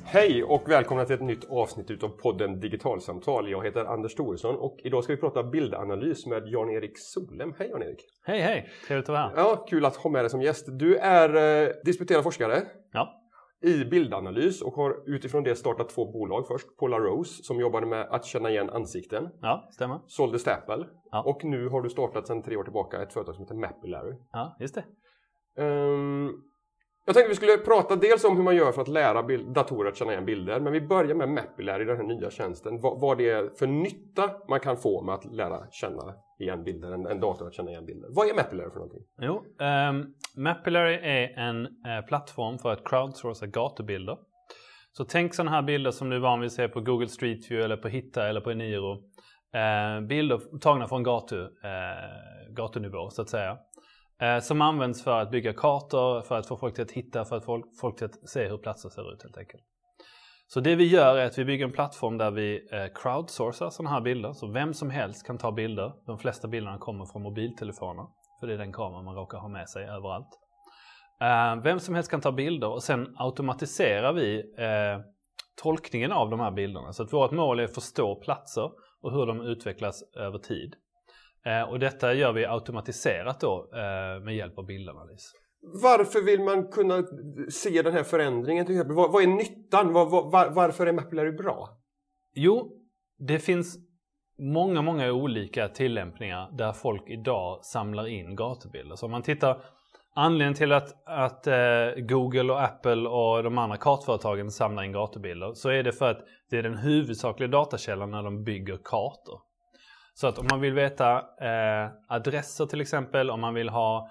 Hej och välkomna till ett nytt avsnitt utav podden Digitalsamtal. Jag heter Anders Thoresson och idag ska vi prata bildanalys med Jan-Erik Solem. Hej Jan-Erik! Hej! Trevligt att vara här. Ja, kul att ha med dig som gäst. Du är disputerad forskare i bildanalys och har utifrån det startat 2 bolag först. Polarose som jobbade med att känna igen ansikten. Ja, stämmer. Sålde Stapple. Ja. Och nu har du startat sedan 3 år tillbaka ett företag som heter Mapillary. Ja, just det. Jag tänkte vi skulle prata dels om hur man gör för att lära datorer att känna igen bilder. Men vi börjar med Mapillary, den här nya tjänsten. Vad det är för nytta man kan få med att lära känna igen bilder, en dator att känna igen bilder. Vad är Mapillary för någonting? Jo, Mapillary är en plattform för att crowdsourca gatubilder. Så tänk sådana här bilder som du är van vid att se på Google Street View eller på Hitta eller på Eniro. Bilder tagna från gatunivå så att säga. Som används för att bygga kartor, för att få folk till att hitta, för att folk till att se hur platser ser ut helt enkelt. Så det vi gör är att vi bygger en plattform där vi crowdsourcar sådana här bilder. Så vem som helst kan ta bilder. De flesta bilderna kommer från mobiltelefoner. För det är den kameran man råkar ha med sig överallt. Vem som helst kan ta bilder och sen automatiserar vi tolkningen av de här bilderna. Så att vårt mål är att förstå platser och hur de utvecklas över tid. Och detta gör vi automatiserat då med hjälp av bildanalys. Varför vill man kunna se den här förändringen till exempel? Vad är nyttan? Varför är Mapillary bra? Jo, det finns många olika tillämpningar där folk idag samlar in gatubilder. Så om man tittar, anledningen till att Google och Apple och de andra kartföretagen samlar in gatubilder, så är det för att det är den huvudsakliga datakällan när de bygger kartor. Så att om man vill veta adresser till exempel, om man vill ha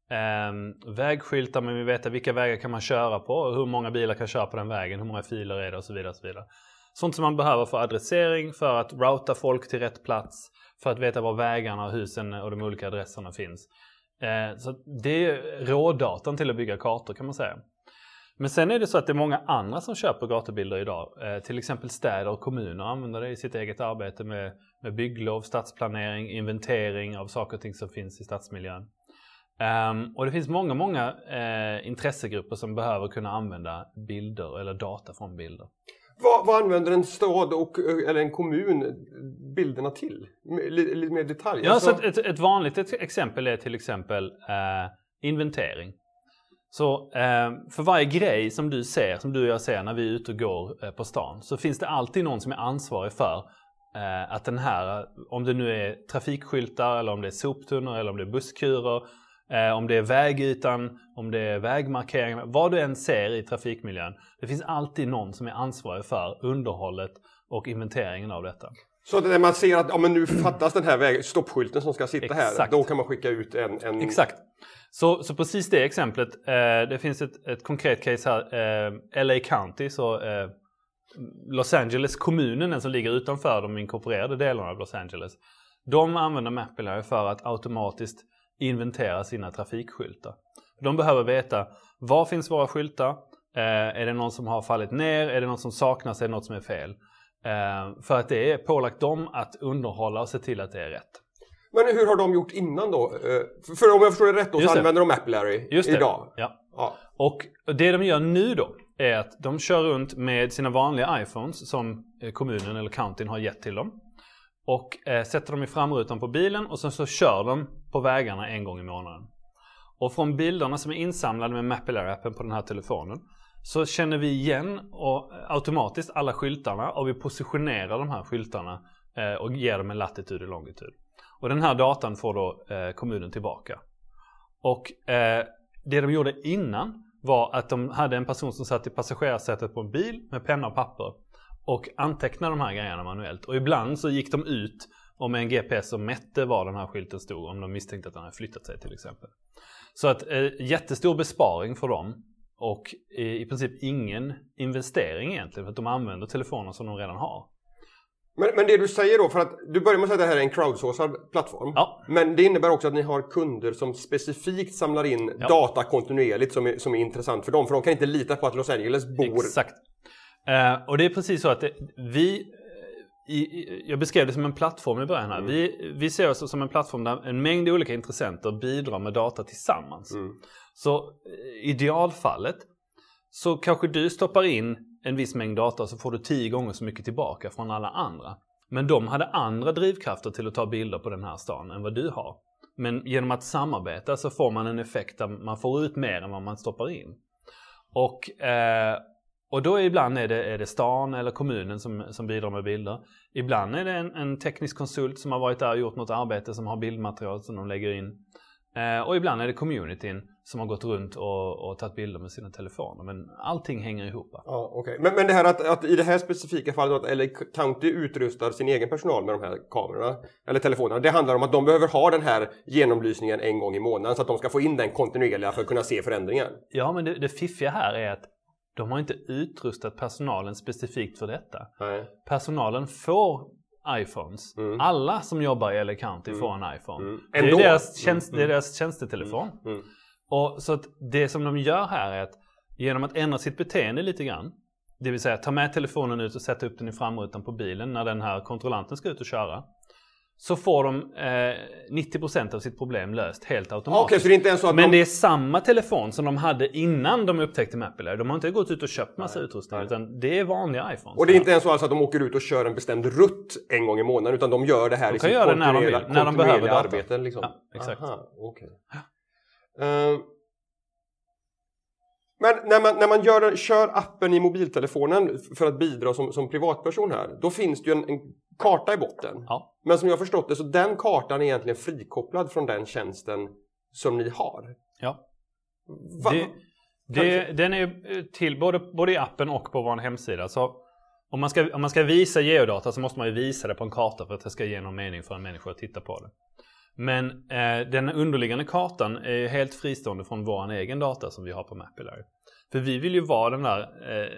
vägskyltar, man vill veta vilka vägar kan man köra på och hur många bilar kan köra på den vägen, hur många filer är det och så vidare. Och så vidare. Sånt som man behöver för adressering, för att routa folk till rätt plats, för att veta var vägarna och husen och de olika adresserna finns. Så det är rådatan till att bygga kartor kan man säga. Men sen är det så att det är många andra som köper gatubilder idag. Till exempel städer och kommuner använder det i sitt eget arbete med bygglov, stadsplanering, inventering av saker och ting som finns i stadsmiljön. Och det finns många intressegrupper som behöver kunna använda bilder eller data från bilder. Vad använder en stad eller en kommun bilderna till? Lite mer detalj. Ja, så ett vanligt exempel är till exempel inventering. Så för varje grej som du och jag ser när vi är ute och går på stan, så finns det alltid någon som är ansvarig för att den här, om det nu är trafikskyltar eller om det är soptunnor eller om det är busskurer, om det är vägytan, om det är vägmarkeringar, vad du än ser i trafikmiljön, det finns alltid någon som är ansvarig för underhållet och inventeringen av detta. Så när man ser att men nu fattas den här stoppskylten som ska sitta här, då kan man skicka ut en... Exakt. Så precis det exemplet, det finns ett konkret case här, LA County, så Los Angeles, kommunen, den som ligger utanför de inkorporerade delarna av Los Angeles, de använder Mapillary för att automatiskt inventera sina trafikskyltar. De behöver veta, var finns våra skyltar? Är det någon som har fallit ner? Är det någon som saknas? Är det något som är fel? För att det är pålagt dem att underhålla och se till att det är rätt. Men hur har de gjort innan då? För om jag förstår det rätt då, så använder de Mapillary idag. Ja. Och det de gör nu då är att de kör runt med sina vanliga iPhones som kommunen eller countyn har gett till dem. Och sätter dem i framrutan på bilen och sen så kör de på vägarna en gång i månaden. Och från bilderna som är insamlade med Mapillary-appen på den här telefonen, så känner vi igen och automatiskt alla skyltarna och vi positionerar de här skyltarna och ger dem en latitud och longitud. Och den här datan får då kommunen tillbaka. Och det de gjorde innan var att de hade en person som satt i passagerarsätet på en bil med penna och papper och antecknade de här grejerna manuellt. Och ibland så gick de ut och med en GPS och mätte var den här skylten stod, om de misstänkte att den hade flyttat sig till exempel. Så att jättestor besparing för dem. Och i princip ingen investering egentligen, för att de använder telefoner som de redan har. Men det du säger då, för att du börjar med att säga att det här är en crowdsourcad plattform. Ja. Men det innebär också att ni har kunder som specifikt samlar in data kontinuerligt som är intressant för dem. För de kan inte lita på att Los Angeles bor... Exakt. Och det är precis så att jag beskrev det som en plattform i början här. Vi ser oss som en plattform där en mängd olika intressenter bidrar med data tillsammans. Så i idealfallet så kanske du stoppar in en viss mängd data så får du 10 gånger så mycket tillbaka från alla andra. Men de hade andra drivkrafter till att ta bilder på den här stan än vad du har. Men genom att samarbeta så får man en effekt där man får ut mer än vad man stoppar in. Och då ibland är det stan eller kommunen som bidrar med bilder. Ibland är det en teknisk konsult som har varit där och gjort något arbete som har bildmaterial som de lägger in. Och ibland är det communityn som har gått runt och tagit bilder med sina telefoner. Men allting hänger ihop. Ja, okay. Men det här att i det här specifika fallet att LA County utrustar sin egen personal med de här kamerorna eller telefonerna. Det handlar om att de behöver ha den här genomlysningen en gång i månaden så att de ska få in den kontinuerliga för att kunna se förändringar. Ja, men det fiffiga här är att de har inte utrustat personalen specifikt för detta. Nej. Personalen får iPhones. Alla som jobbar i LA County får en iPhone. Det är deras tjänstetelefon. Och så att det som de gör här är att genom att ändra sitt beteende lite grann, det vill säga ta med telefonen ut och sätta upp den i framrutan på bilen när den här kontrollanten ska ut och köra, så får de 90% av sitt problem löst helt automatiskt. Okay, så det är inte ens så att det är samma telefon som de hade innan de upptäckte Mapillary. De har inte gått ut och köpt massa utrustning, utan det är vanliga iPhones. Och det är inte ens så alltså att de åker ut och kör en bestämd rutt en gång i månaden, utan de gör det här i sitt kontinuerliga arbete. Liksom. Ja, exakt. Aha, okay. Men när man kör appen i mobiltelefonen för att bidra som privatperson här, då finns det ju en karta i botten. Ja. Men som jag har förstått det så den kartan är egentligen frikopplad från den tjänsten som ni har. Ja. Den är till både i appen och på vår hemsida. Så om man ska visa geodata så måste man ju visa det på en karta för att det ska ge någon mening för en människa att titta på det. Men den underliggande kartan är helt fristående från vår egen data som vi har på Mapillary. För vi vill ju vara den där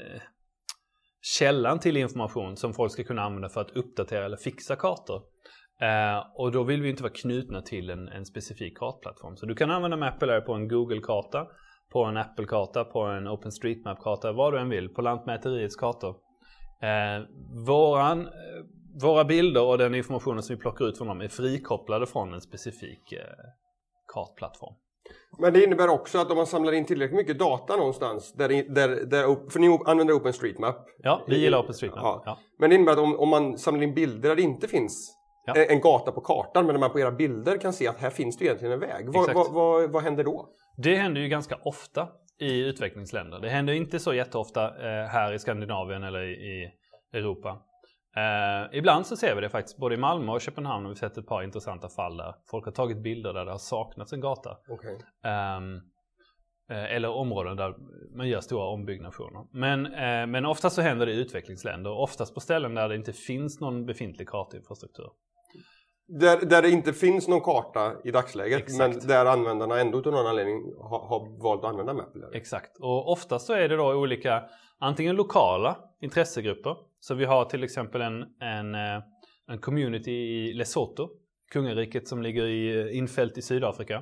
källan till information som folk ska kunna använda för att uppdatera eller fixa kartor. Och då vill vi inte vara knutna till en specifik kartplattform. Så du kan använda Mapillary på en Google-karta, på en Apple-karta, på en OpenStreetMap-karta, vad du än vill, på Lantmäteriets kartor. Våra bilder och den informationen som vi plockar ut från dem är frikopplade från en specifik kartplattform. Men det innebär också att om man samlar in tillräckligt mycket data någonstans, för ni använder OpenStreetMap. Ja, vi gillar OpenStreetMap. Ja. Men det innebär att om man samlar in bilder där det inte finns en gata på kartan, men när man på era bilder kan se att här finns det egentligen en väg. Vad händer då? Det händer ju ganska ofta i utvecklingsländer. Det händer inte så jätteofta här i Skandinavien eller i Europa. Ibland så ser vi det faktiskt både i Malmö och Köpenhamn har vi sett ett par intressanta fall där folk har tagit bilder där det har saknats en gata. Okay. Eller områden där man gör stora ombyggnationer. Men ofta så händer det i utvecklingsländer och oftast på ställen där det inte finns någon befintlig kartinfrastruktur. Där det inte finns någon karta i dagsläget. Exakt. Men där användarna ändå till någon anledning har valt att använda Mapillary. Exakt, och oftast så är det då olika antingen lokala intressegrupper. Så vi har till exempel en community i Lesotho, kungariket som ligger i infält i Sydafrika.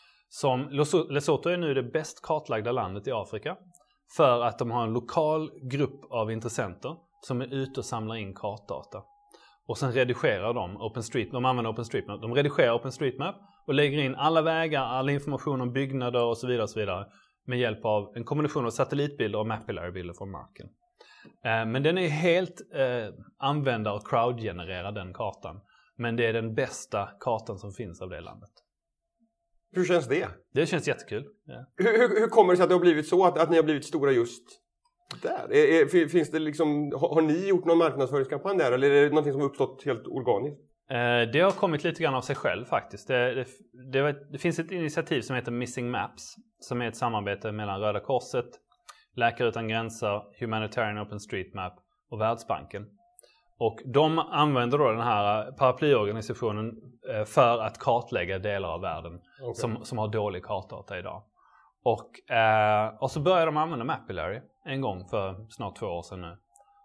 Lesotho är nu det bäst kartlagda landet i Afrika för att de har en lokal grupp av intressenter som är ute och samlar in kartdata. Och sen redigerar de använder OpenStreetMap. De redigerar OpenStreetMap och lägger in alla vägar, all information om byggnader och så vidare med hjälp av en kombination av satellitbilder och Mapillary-bilder från marken. Men den är helt användar- och crowd-genererad den kartan. Men det är den bästa kartan som finns av det landet. Hur känns det? Det känns jättekul. Ja. Hur kommer det sig att det har blivit så att ni har blivit stora just där? Finns det liksom, har ni gjort någon marknadsföringskampanj där eller är det någonting som har uppstått helt organiskt? Det har kommit lite grann av sig själv faktiskt. Det finns ett initiativ som heter Missing Maps som är ett samarbete mellan Röda Korset, Läkare utan gränser, Humanitarian OpenStreetMap och Världsbanken. Och de använder då den här paraplyorganisationen för att kartlägga delar av världen som har dålig kartdata idag. Och så började de använda Mapillary en gång för snart 2 år sedan nu.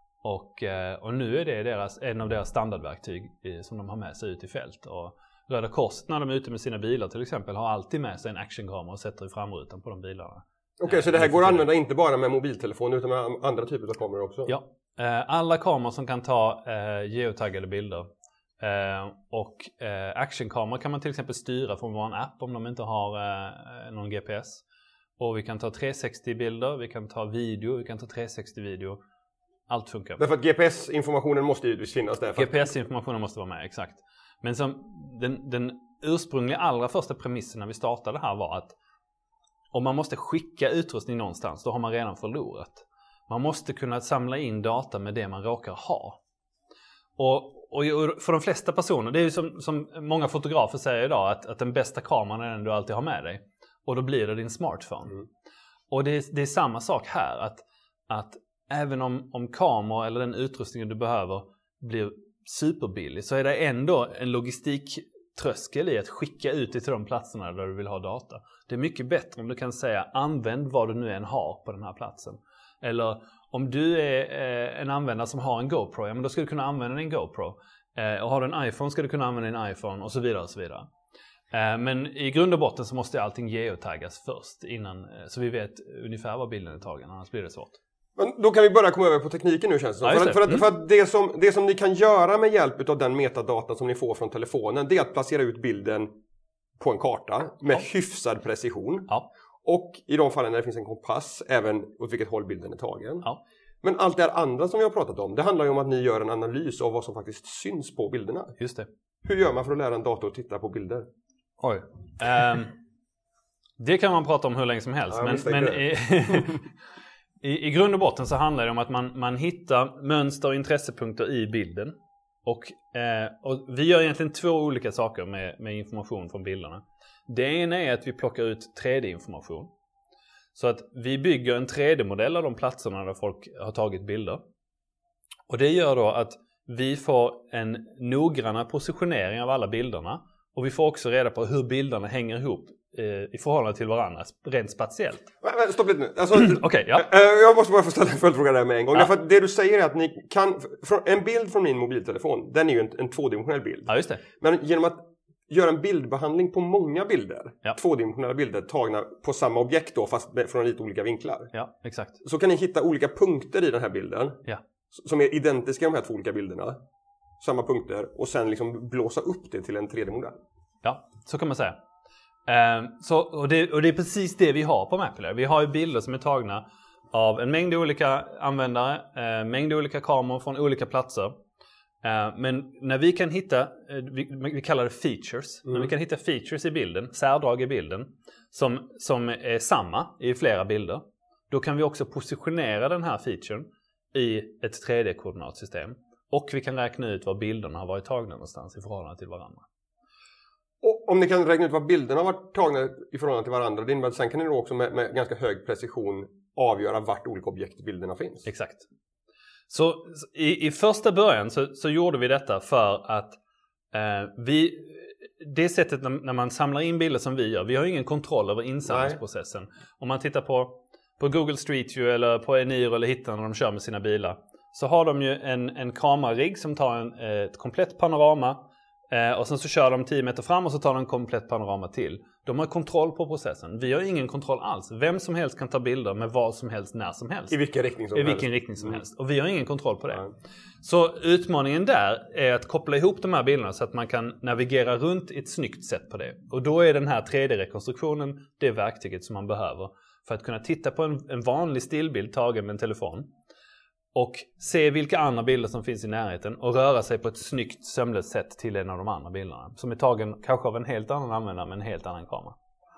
Och nu är det en av deras standardverktyg som de har med sig ut i fält. Och Röda Korset när de är ute med sina bilar till exempel har alltid med sig en actionkamera och sätter i framrutan på de bilarna. Okej, så det här går att använda inte bara med mobiltelefon utan med andra typer av kameror också? Ja, alla kameror som kan ta geotaggade bilder. Och actionkameror kan man till exempel styra från vår app om de inte har någon GPS. Och vi kan ta 360-bilder, vi kan ta video, vi kan ta 360-video. Allt funkar. Därför att GPS-informationen måste ju finnas där. GPS-informationen måste vara med, exakt. Men som den ursprungliga allra första premissen när vi startade här var att om man måste skicka utrustning någonstans, då har man redan förlorat. Man måste kunna samla in data med det man råkar ha. Och för de flesta personer, det är ju som många fotografer säger idag, att den bästa kameran är den du alltid har med dig. Och då blir det din smartphone. Mm. Och det är samma sak här, att även om kameror eller den utrustningen du behöver blir superbillig, så är det ändå en logistiktröskel i att skicka ut det till de platserna där du vill ha data. Det är mycket bättre om du kan säga använd vad du nu än har på den här platsen. Eller om du är en användare som har en GoPro, ja, men då ska du kunna använda din GoPro. Och har du en iPhone ska du kunna använda din iPhone och så vidare och så vidare. Men i grund och botten så måste allting geotaggas först innan, så vi vet ungefär vad bilden är tagen, annars blir det svårt. Men då kan vi börja komma över på tekniken nu, känns det som. Ja, för att det som ni kan göra med hjälp av den metadata som ni får från telefonen, det är att placera ut bilden på en karta med hyfsad precision. Ja. Och i de fallen när det finns en kompass, även åt vilket håll bilden är tagen. Ja. Men allt det andra som vi har pratat om, det handlar ju om att ni gör en analys av vad som faktiskt syns på bilderna. Just det. Hur gör man för att lära en dator att titta på bilder? Oj. Det kan man prata om hur länge som helst. Ja, men i grund och botten så handlar det om att man hittar mönster och intressepunkter i bilden. Och vi gör egentligen två olika saker med information från bilderna. Det ena är att vi plockar ut 3D-information. Så att vi bygger en 3D-modell av de platserna där folk har tagit bilder. Och det gör då att vi får en noggranna positionering av alla bilderna. Och vi får också reda på hur bilderna hänger ihop i förhållande till varandra, rent spatiellt. Stopp lite nu. Alltså, okay, ja. Jag måste bara få ställa en följdfråga där med en gång. Ja. För att det du säger är att ni kan... En bild från min mobiltelefon, den är ju en tvådimensionell bild. Ja, just det. Men genom att göra en bildbehandling på många bilder, ja. Tvådimensionella bilder tagna på samma objekt då, fast från lite olika vinklar. Ja, exakt. Så kan ni hitta olika punkter i den här bilden, ja. Som är identiska i de här två olika bilderna. Samma punkter, och sen liksom blåsa upp det till en 3D-modell. Ja, så kan man säga. Och det är precis det vi har på Mapillary. Vi har ju bilder som är tagna av en mängd olika användare, mängd olika kameror från olika platser. Men när vi kan hitta, vi kallar det features, när vi kan hitta features i bilden, särdrag i bilden, som är samma i flera bilder, då kan vi också positionera den här featuren i ett 3D-koordinatsystem. Och vi kan räkna ut var bilderna har varit tagna någonstans i förhållande till varandra. Och om ni kan räkna ut vad bilderna har varit tagna i förhållande till varandra, det innebär att sen kan ni då också med ganska hög precision avgöra vart olika objekt i bilderna finns. Exakt. Så i första början så gjorde vi detta för att det sättet när man samlar in bilder som vi gör, vi har ingen kontroll över insamlingsprocessen. Nej. Om man tittar på Google Street View eller på Eniro eller Hitta när de kör med sina bilar, så har de ju en kamerarigg som tar ett komplett panorama. Och sen så kör de 10 meter fram och så tar de en komplett panorama till. De har kontroll på processen. Vi har ingen kontroll alls. Vem som helst kan ta bilder med vad som helst, när som helst. I vilken riktning som helst. Och vi har ingen kontroll på det. Nej. Så utmaningen där är att koppla ihop de här bilderna så att man kan navigera runt i ett snyggt sätt på det. Och då är den här 3D-rekonstruktionen det verktyget som man behöver för att kunna titta på en vanlig stillbild tagen med en telefon. Och se vilka andra bilder som finns i närheten och röra sig på ett snyggt sömlöst sätt till en av de andra bilderna. Som är tagen kanske av en helt annan användare med en helt annan kamera.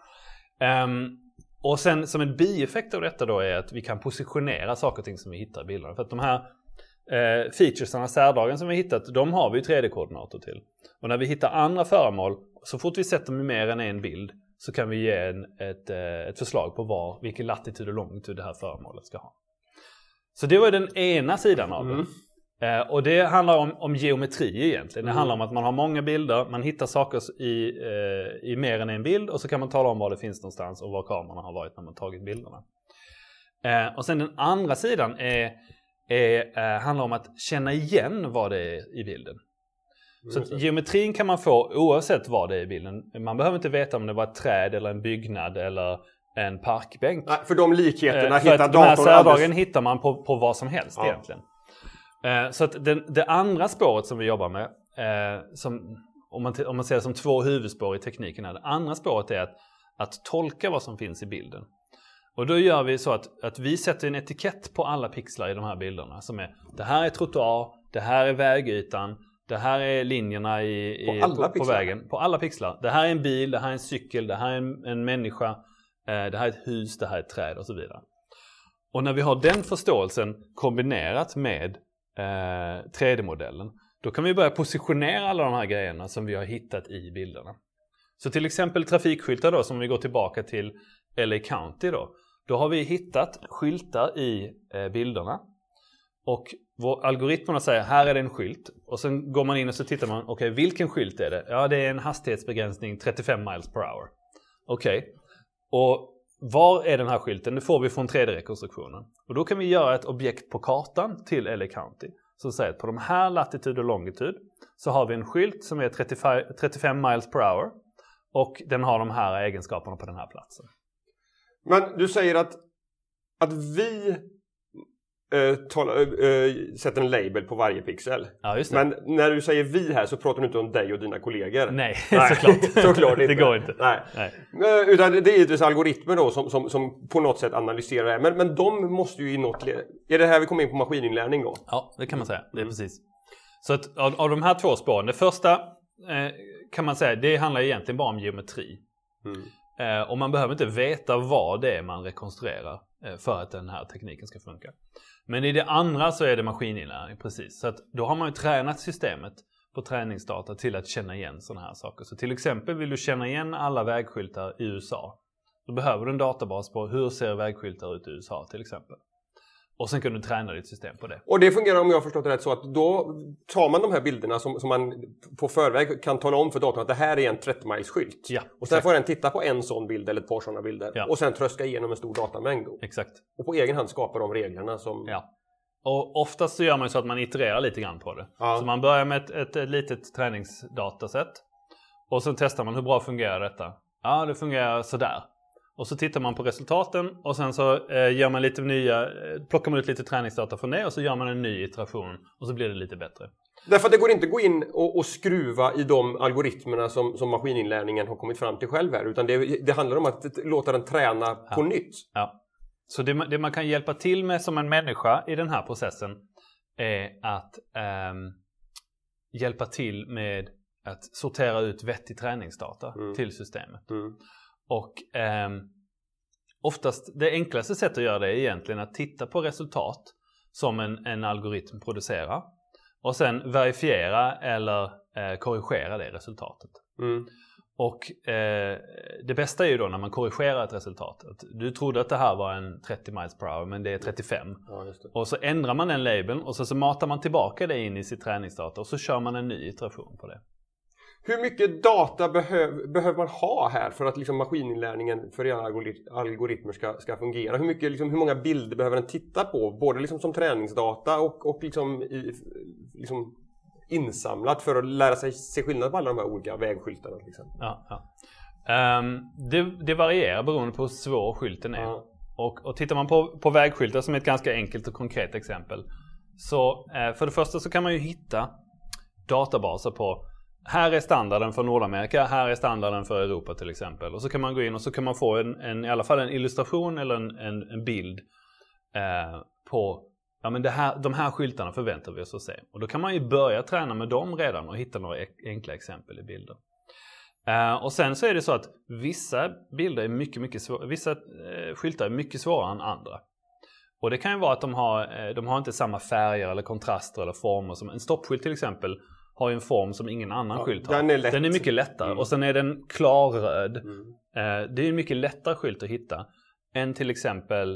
Och sen som en bieffekt av detta då är att vi kan positionera saker och ting som vi hittar i bilderna. För att de här featuresarna, särdragen som vi hittat, de har vi ju 3D-koordinator till. Och när vi hittar andra föremål, så fort vi sätter dem i mer än en bild, så kan vi ge ett förslag på vilken latitud och longitud det här föremålet ska ha. Så det var den ena sidan av det. Och det handlar om geometri egentligen. Det handlar om att man har många bilder, man hittar saker i mer än en bild, och så kan man tala om var det finns någonstans och var kamerorna har varit när man tagit bilderna. Och sen den andra sidan handlar om att känna igen vad det är i bilden. Så att geometrin kan man få oavsett vad det är i bilden. Man behöver inte veta om det var ett träd eller en byggnad eller en parkbänk. Nej, för de likheterna hittar datorn. De här särdragen hittar man på vad som helst egentligen. Så att det andra spåret som vi jobbar med, om man ser det som två huvudspår i tekniken här. Det andra spåret är att tolka vad som finns i bilden. Och då gör vi så att vi sätter en etikett på alla pixlar i de här bilderna som är: det här är trottoar, det här är vägytan, det här är linjerna på vägen. På alla pixlar. Det här är en bil, det här är en cykel, det här är en människa, det här är ett hus, det här är ett träd och så vidare. Och när vi har den förståelsen kombinerat med 3D-modellen, då kan vi börja positionera alla de här grejerna som vi har hittat i bilderna. Så till exempel trafikskyltar då, som vi går tillbaka till LA County då har vi hittat skyltar i bilderna. Och algoritmerna säger: här är det en skylt. Och sen går man in och så tittar man: okej, vilken skylt är det? Ja, det är en hastighetsbegränsning 35 miles per hour. Okej. Och var är den här skylten? Det får vi från 3D-rekonstruktionen. Och då kan vi göra ett objekt på kartan till LA County som säger att på de här latitud och longitud så har vi en skylt som är 35 miles per hour. Och den har de här egenskaperna på den här platsen. Men du säger att vi sätter en label på varje pixel. Ja, just det. Men när du säger vi här så pratar du inte om dig och dina kollegor. Nej. Såklart inte. Det går inte. Nej. Utan det är ju algoritmer då som på något sätt analyserar det här. Men de måste ju i något led. Är det här vi kommer in på maskininlärning då? Ja, det kan man säga. Det är precis. Så att av de här två spåren, det första kan man säga, det handlar egentligen bara om geometri. Och man behöver inte veta vad det är man rekonstruerar för att den här tekniken ska funka. Men i det andra så är det maskininlärning, precis. Så att då har man ju tränat systemet på träningsdata till att känna igen sådana här saker. Så till exempel vill du känna igen alla vägskyltar i USA. Då behöver du en databas på hur ser vägskyltar ut i USA till exempel. Och sen kan du träna ditt system på det. Och det fungerar, om jag har förstått det rätt, så att då tar man de här bilderna som man på förväg kan tala om för datorn att det här är en 30-miles-skylt. Ja, och sen får den titta på en sån bild eller ett par sådana bilder. Ja. Och sen tröska igenom en stor datamängd då. Exakt. Och på egen hand skapa de reglerna som... Ja. Och oftast så gör man så att man itererar lite grann på det. Ja. Så man börjar med ett litet träningsdataset. Och sen testar man hur bra fungerar detta. Ja, det fungerar sådär. Och så tittar man på resultaten och sen så gör man lite plockar man ut lite träningsdata från det och så gör man en ny iteration och så blir det lite bättre. Därför att det går inte att gå in och skruva i de algoritmerna som maskininlärningen har kommit fram till själv här, utan det handlar om att låta den träna på nytt. Ja. Så det man kan hjälpa till med som en människa i den här processen är att hjälpa till med att sortera ut vettig träningsdata till systemet. Och oftast det enklaste sättet att göra det är egentligen att titta på resultat som en algoritm producerar och sen verifiera eller korrigera det resultatet. Och det bästa är ju då när man korrigerar ett resultat. Att du trodde att det här var en 30 miles per hour men det är 35. Ja, just det. Och så ändrar man den labeln och så matar man tillbaka det in i sitt träningsdata och så kör man en ny iteration på det. Hur mycket data behöver man ha här för att liksom maskininlärningen för era algoritmer ska fungera? Hur många bilder behöver den titta på? Både liksom som träningsdata och liksom insamlat för att lära sig se skillnad på alla de här olika vägskyltarna till exempel. Det varierar beroende på hur svår skylten är. Ja. Och tittar man på vägskyltar som är ett ganska enkelt och konkret exempel. Så för det första så kan man ju hitta databaser på: här är standarden för Nordamerika, här är standarden för Europa till exempel. Och så kan man gå in och så kan man få i alla fall en illustration eller en bild på men de här skyltarna förväntar vi oss att se. Och då kan man ju börja träna med dem redan och hitta några enkla exempel i bilder. Och sen så är det så att vissa bilder är mycket svårare, vissa skyltar är mycket svårare än andra. Och det kan ju vara att de har inte samma färger eller kontraster eller former. Som en stoppskylt till exempel har ju en form som ingen annan skylt har. Den är mycket lättare. Och sen är den klarröd. Det är en mycket lättare skylt att hitta än till exempel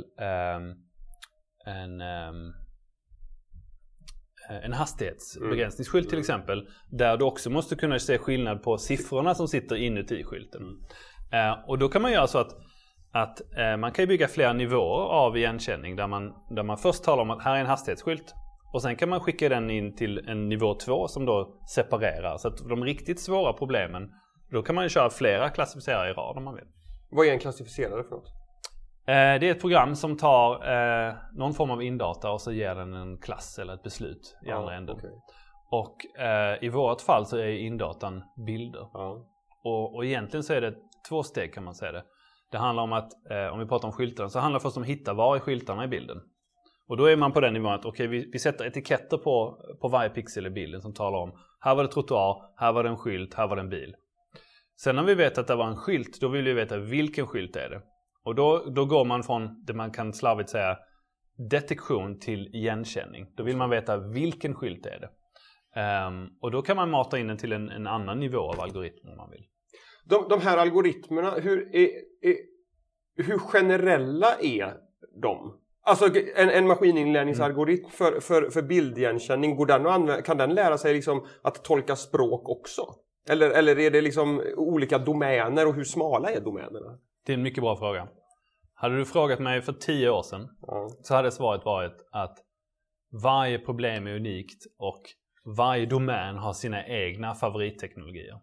en hastighetsbegränsningsskylt till exempel, där du också måste kunna se skillnad på siffrorna som sitter inuti skylten. Och då kan man göra så att man kan bygga flera nivåer av igenkänning där man först talar om att här är en hastighetsskylt och sen kan man skicka den in till en nivå 2 som då separerar. Så att de riktigt svåra problemen, då kan man ju köra flera klassificerare i rad om man vill. Vad är en klassificerare för något? Det är ett program som tar någon form av indata och så ger den en klass eller ett beslut i andra änden. Okay. Och i vårt fall så är indatan bilder. Och egentligen så är det 2 steg kan man säga det. Det handlar om att, om vi pratar om skyltarna, så handlar det först om att hitta var är skyltarna i bilden. Och då är man på den nivån att vi sätter etiketter på varje pixel i bilden som talar om här var det trottoar, här var det en skylt, här var det en bil. Sen när vi vet att det var en skylt, då vill vi veta vilken skylt är det. Och då går man från det man kan slarvigt säga detektion till igenkänning. Då vill man veta vilken skylt är det. Och då kan man mata in den till en annan nivå av algoritmer om man vill. De här algoritmerna, hur generella är de? Alltså en maskininlärningsalgoritm för bildigenkänning, kan den lära sig liksom att tolka språk också? Eller är det liksom olika domäner och hur smala är domänerna? Det är en mycket bra fråga. Hade du frågat mig för 10 år sedan så hade svaret varit att varje problem är unikt och varje domän har sina egna favoritteknologier.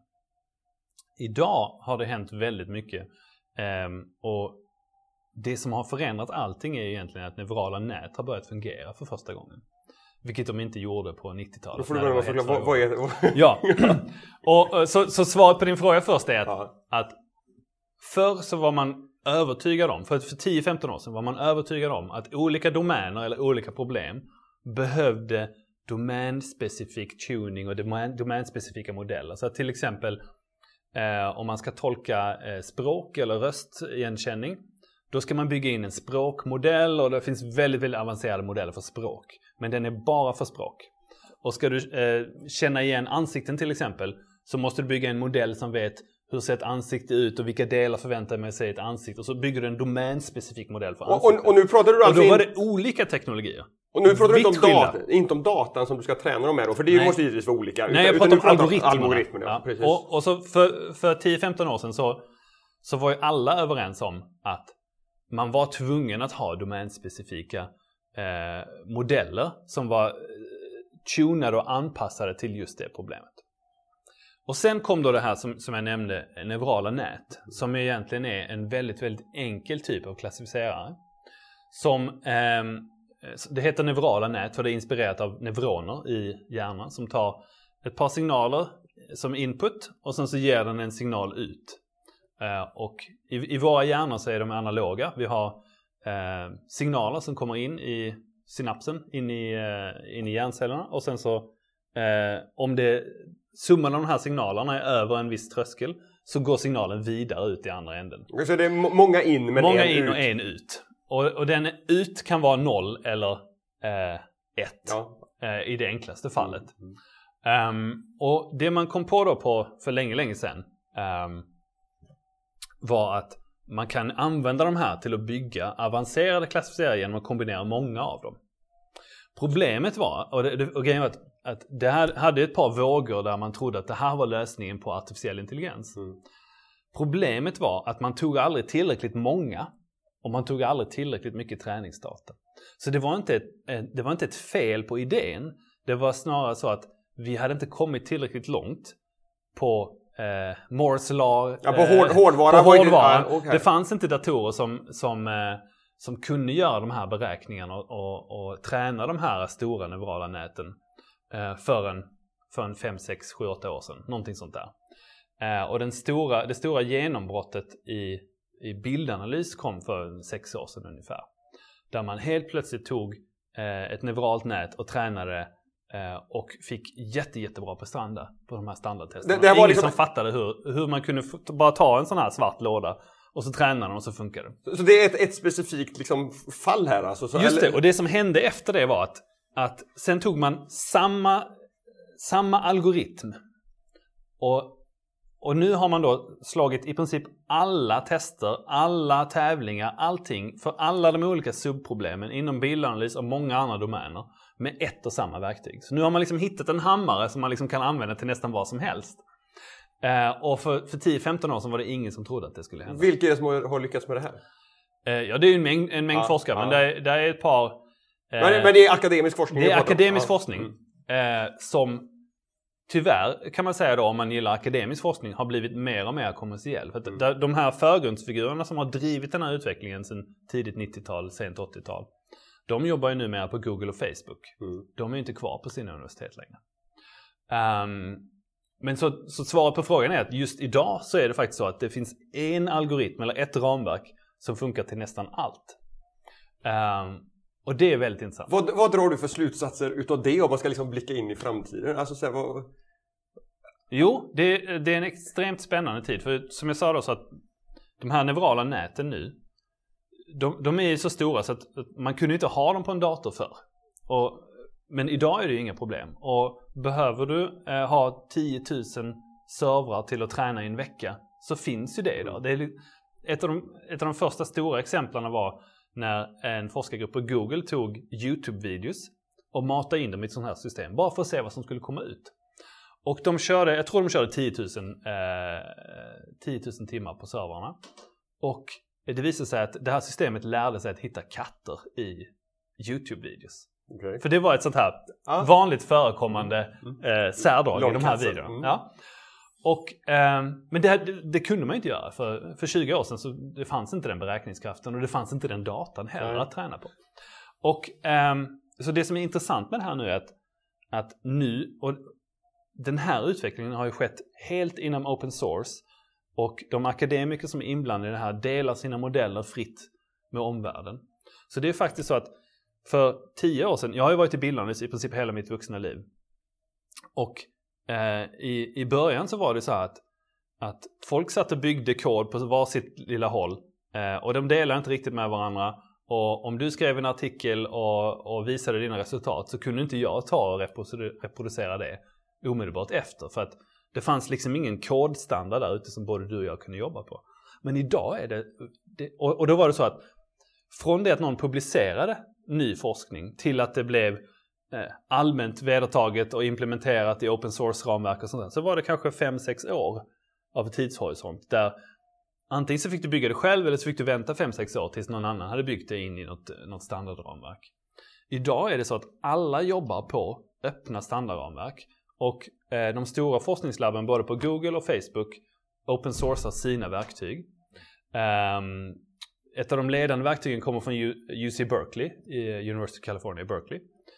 Idag har det hänt väldigt mycket och det som har förändrat allting är egentligen att neurala nät har börjat fungera för första gången. Vilket de inte gjorde på 90-talet. Då får du börja med att förklara, vad är det? Ja, och så svaret på din fråga först är att förr så var man övertygad om, för 10-15 år sedan var man övertygad om att olika domäner eller olika problem behövde domänspecifik tuning och domänspecifika modeller. Så att till exempel om man ska tolka språk eller röstigenkänning, då ska man bygga in en språkmodell och det finns väldigt, väldigt avancerade modeller för språk. Men den är bara för språk. Och ska du känna igen ansikten till exempel, så måste du bygga en modell som vet hur ser ett ansikte ut och vilka delar förväntar mig sig ett ansikte. Och så bygger du en domänspecifik modell för ansikten. Och nu pratar du alltså och då var det olika teknologier. Och nu pratar du inte om datan som du ska träna dem med då, för det måste givetvis vara olika. Nej, jag pratar om algoritmerna. Ja. Och så för 10-15 år sedan så var ju alla överens om att man var tvungen att ha domänspecifika modeller som var tunade och anpassade till just det problemet. Och sen kom då det här som jag nämnde, neurala nät, som egentligen är en väldigt, väldigt enkel typ av klassificerare. Som, det heter neurala nät för det är inspirerat av neuroner i hjärnan som tar ett par signaler som input och sen så ger den en signal ut. Och i våra hjärnor så är de analoga. Vi har signaler som kommer in i synapsen, in i hjärncellerna. Och sen så om det summan av de här signalerna är över en viss tröskel så går signalen vidare ut i andra änden. Så det är många in men många en in ut. Och en ut. Och den ut kan vara 0 eller 1 i det enklaste fallet. Och det man kom på då för länge sedan var att man kan använda de här till att bygga avancerade klassificerare genom att kombinera många av dem. Problemet var, och grejen var att det här hade ett par vågor där man trodde att det här var lösningen på artificiell intelligens. Problemet var att man tog aldrig tillräckligt många och man tog aldrig tillräckligt mycket träningsdata. Så det var inte ett fel på idén. Det var snarare så att vi hade inte kommit tillräckligt långt på Moore's Law. Ja, på hårdvara. Okay. Det fanns inte datorer som kunde göra de här beräkningarna och träna de här stora neurala näten för 5, 6, 7, 8 år sedan. Någonting sånt där. Och det stora genombrottet i bildanalys kom för 6 år sedan ungefär. Där man helt plötsligt tog ett neuralt nät och tränade och fick jättebra prestanda på de här standardtesterna. Det var ingen som fattade hur man kunde bara ta en sån här svart låda och så tränar den och så funkar det. Så det är ett specifikt liksom fall här alltså? Just det, och det som hände efter det var att sen tog man samma algoritm och nu har man då slagit i princip alla tester, alla tävlingar, allting för alla de olika subproblemen inom bildanalys och många andra domäner med ett och samma verktyg. Så nu har man liksom hittat en hammare som man liksom kan använda till nästan vad som helst. Och för 10-15 år sedan var det ingen som trodde att det skulle hända. Vilka är det som har lyckats med det här? Ja, det är en mängd forskare, men det är ett par... men det är akademisk forskning? Det är akademisk forskning som tyvärr kan man säga då, om man gillar akademisk forskning, har blivit mer och mer kommersiell. För att de här förgrundsfigurerna som har drivit den här utvecklingen sedan tidigt 90-tal, sent 80-tal, de jobbar ju numera på Google och Facebook. De är ju inte kvar på sina universitet längre. Men så svaret på frågan är att just idag så är det faktiskt så att det finns en algoritm eller ett ramverk som funkar till nästan allt. Och det är väldigt intressant. Vad drar du för slutsatser utav det om man ska liksom blicka in i framtiden? Alltså, så här, Jo, det är en extremt spännande tid. För som jag sa då, så att de här neurala näten nu, de är så stora så att man kunde inte ha dem på en dator förr. Men idag är det ju inga problem. Och behöver du ha 10 000 servrar till att träna i en vecka, så finns ju det idag. Det är ett av de första stora exemplen var när en forskargrupp på Google tog YouTube-videos och matade in dem i ett sånt här system. Bara för att se vad som skulle komma ut. Och jag tror de körde 10 000 timmar på servrarna. Och det visade sig att det här systemet lärde sig att hitta katter i YouTube-videos. Okay. För det var ett sånt här vanligt förekommande särdrag i de här videorna. Ja. Men det kunde man inte göra. För 20 år sedan så det fanns inte den beräkningskraften och det fanns inte den datan heller att träna på. Och så det som är intressant med det här nu är att nu, och den här utvecklingen har ju skett helt inom open source, och de akademiker som är inblandade i det här delar sina modeller fritt med omvärlden. Så det är faktiskt så att för 10 år sedan, jag har ju varit i Billnäs i princip hela mitt vuxna liv. Och i början så var det så här att folk satt och byggde kod på varsitt lilla håll. Och de delade inte riktigt med varandra. Och om du skrev en artikel och visade dina resultat, så kunde inte jag ta och reproducera det omedelbart efter. För att det fanns liksom ingen kodstandard där ute som både du och jag kunde jobba på. Men idag är det och då var det så att från det att någon publicerade ny forskning till att det blev allmänt vedertaget och implementerat i open source-ramverk och sånt, så var det kanske 5-6 år av tidshorisont där antingen så fick du bygga det själv eller så fick du vänta 5-6 år tills någon annan hade byggt det in i något standardramverk. Idag är det så att alla jobbar på öppna standardramverk, och de stora forskningslabben både på Google och Facebook open sourcar sina verktyg. Ett av de ledande verktygen kommer från UC Berkeley, University of California, Berkeley.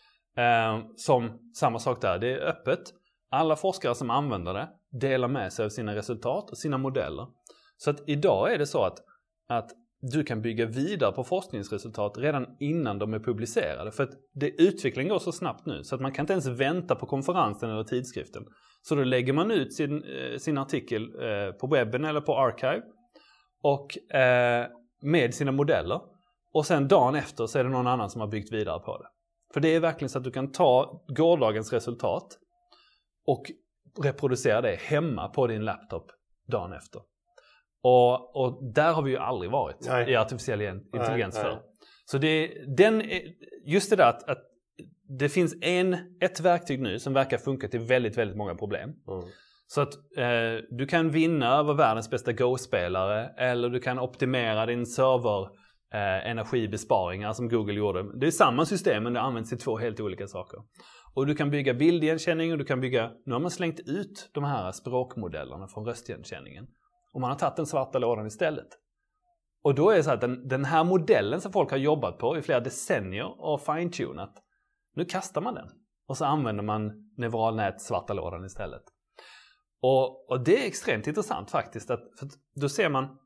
Som samma sak där, det är öppet. Alla forskare som använder det delar med sig av sina resultat och sina modeller. Så att idag är det så att du kan bygga vidare på forskningsresultat redan innan de är publicerade. För att utvecklingen går så snabbt nu så att man kan inte ens vänta på konferensen eller tidskriften. Så då lägger man ut sin artikel på webben eller på Archive och med sina modeller. Och sen dagen efter så är det någon annan som har byggt vidare på det. För det är verkligen så att du kan ta gårdagens resultat och reproducera det hemma på din laptop dagen efter. Och där har vi ju aldrig varit i artificiell intelligens för. Så just det där att det finns ett verktyg nu som verkar funka till väldigt, väldigt många problem. Så att du kan vinna över världens bästa Go-spelare, eller du kan optimera din server energibesparingar som Google gjorde. Det är samma system, men det används till 2 helt olika saker. Och du kan bygga bildigenkänning, och nu har man slängt ut de här språkmodellerna från röstigenkänningen. Och man har tagit den svarta lådan istället. Och då är det så att den här modellen som folk har jobbat på i flera decennier och fine-tunat, nu kastar man den. Och så använder man neuralnät svarta lådan istället. Och det är extremt intressant faktiskt. För då ser man,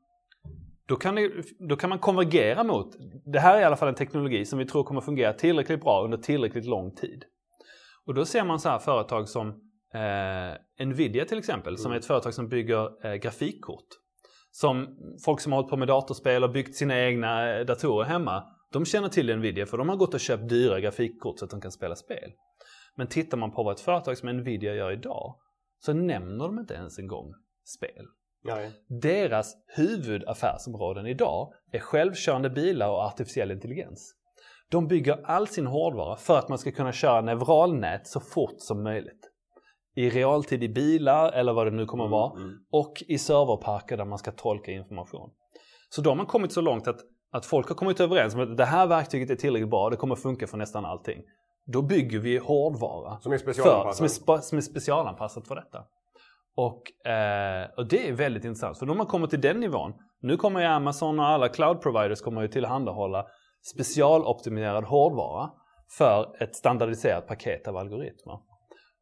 då kan man konvergera mot, det här är i alla fall en teknologi som vi tror kommer fungera tillräckligt bra under tillräckligt lång tid. Och då ser man så här företag som Nvidia till exempel, som är ett företag som bygger grafikkort. Som folk som har hållit på med datorspel och byggt sina egna datorer hemma, de känner till Nvidia för de har gått och köpt dyra grafikkort så att de kan spela spel. Men tittar man på vad ett företag som Nvidia gör idag, så nämner de inte ens en gång spel. Nej. Deras huvudaffärsområden idag är självkörande bilar och artificiell intelligens. De bygger all sin hårdvara för att man ska kunna köra neuralnät så fort som möjligt. I realtid i bilar eller vad det nu kommer att vara. Och i serverparker där man ska tolka information. Så då har man kommit så långt att folk har kommit överens om att det här verktyget är tillräckligt bra. Det kommer funka för nästan allting. Då bygger vi hårdvara som är specialanpassat för detta. Och det är väldigt intressant. För då man kommer till den nivån. Nu kommer ju Amazon och alla cloud providers kommer ju tillhandahålla specialoptimerad hårdvara för ett standardiserat paket av algoritmer.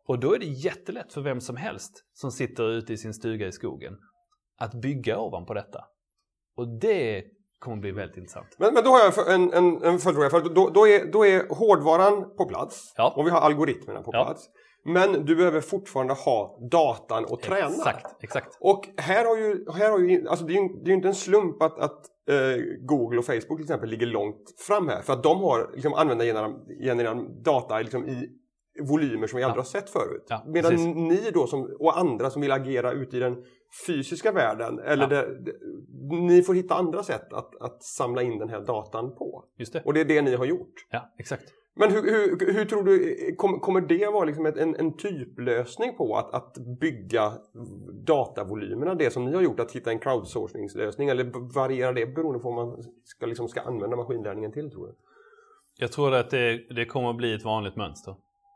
Och då är det jättelätt för vem som helst som sitter ute i sin stuga i skogen att bygga ovanpå detta. Och det kommer bli väldigt intressant. Men då har jag en följdfråga. För då är hårdvaran på plats. Ja. Och vi har algoritmerna på plats. Men du behöver fortfarande ha datan och träna. Exakt. Och här har ju alltså det är ju inte en slump att Google och Facebook till exempel ligger långt fram här. För att de har liksom användargenererad data liksom i volymer som vi aldrig har sett förut. Ja, medan ni då och andra som vill agera ute i den fysiska världen eller ni får hitta andra sätt att samla in den här datan på. Just det. Och det är det ni har gjort. Ja, exakt. Men hur tror du, kommer det vara liksom en typlösning på att bygga datavolymerna, det som ni har gjort, att hitta en crowdsourcingslösning, eller varierar det beroende på vad man ska använda maskinlärningen till, tror du? Jag tror att det kommer att bli ett vanligt mönster.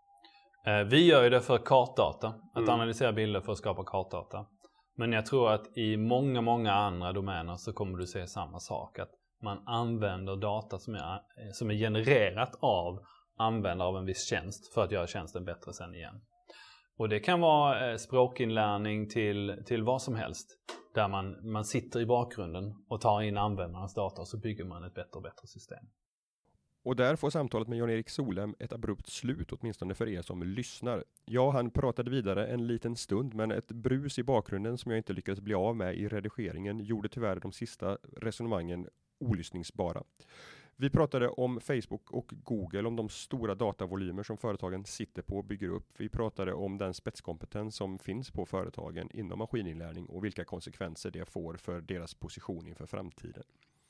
Vi gör ju det för kartdata, att analysera bilder för att skapa kartdata. Men jag tror att i många andra domäner så kommer du se samma sak, att man använder data som är genererat av användare av en viss tjänst för att göra tjänsten bättre sen igen. Och det kan vara språkinlärning till vad som helst, där man sitter i bakgrunden och tar in användarnas data och så bygger man ett bättre och bättre system. Och där får samtalet med Jan-Erik Solhem ett abrupt slut, åtminstone för er som lyssnar. Ja, han pratade vidare en liten stund, men ett brus i bakgrunden som jag inte lyckades bli av med i redigeringen gjorde tyvärr de sista resonemangen olyssningsbara. Vi pratade om Facebook och Google, om de stora datavolymer som företagen sitter på och bygger upp. Vi pratade om den spetskompetens som finns på företagen inom maskininlärning och vilka konsekvenser det får för deras position inför framtiden.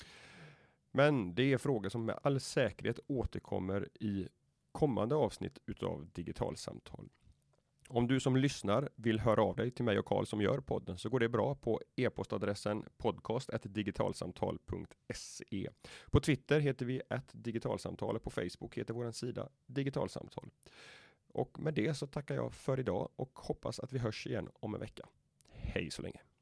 Men det är frågor som med all säkerhet återkommer i kommande avsnitt utav Digitalsamtal. Om du som lyssnar vill höra av dig till mig och Carl som gör podden, så går det bra på e-postadressen podcast@digitalsamtal.se. På Twitter heter vi @digitalsamtal och på Facebook heter vår sida Digitalsamtal. Och med det så tackar jag för idag och hoppas att vi hörs igen om en vecka. Hej så länge!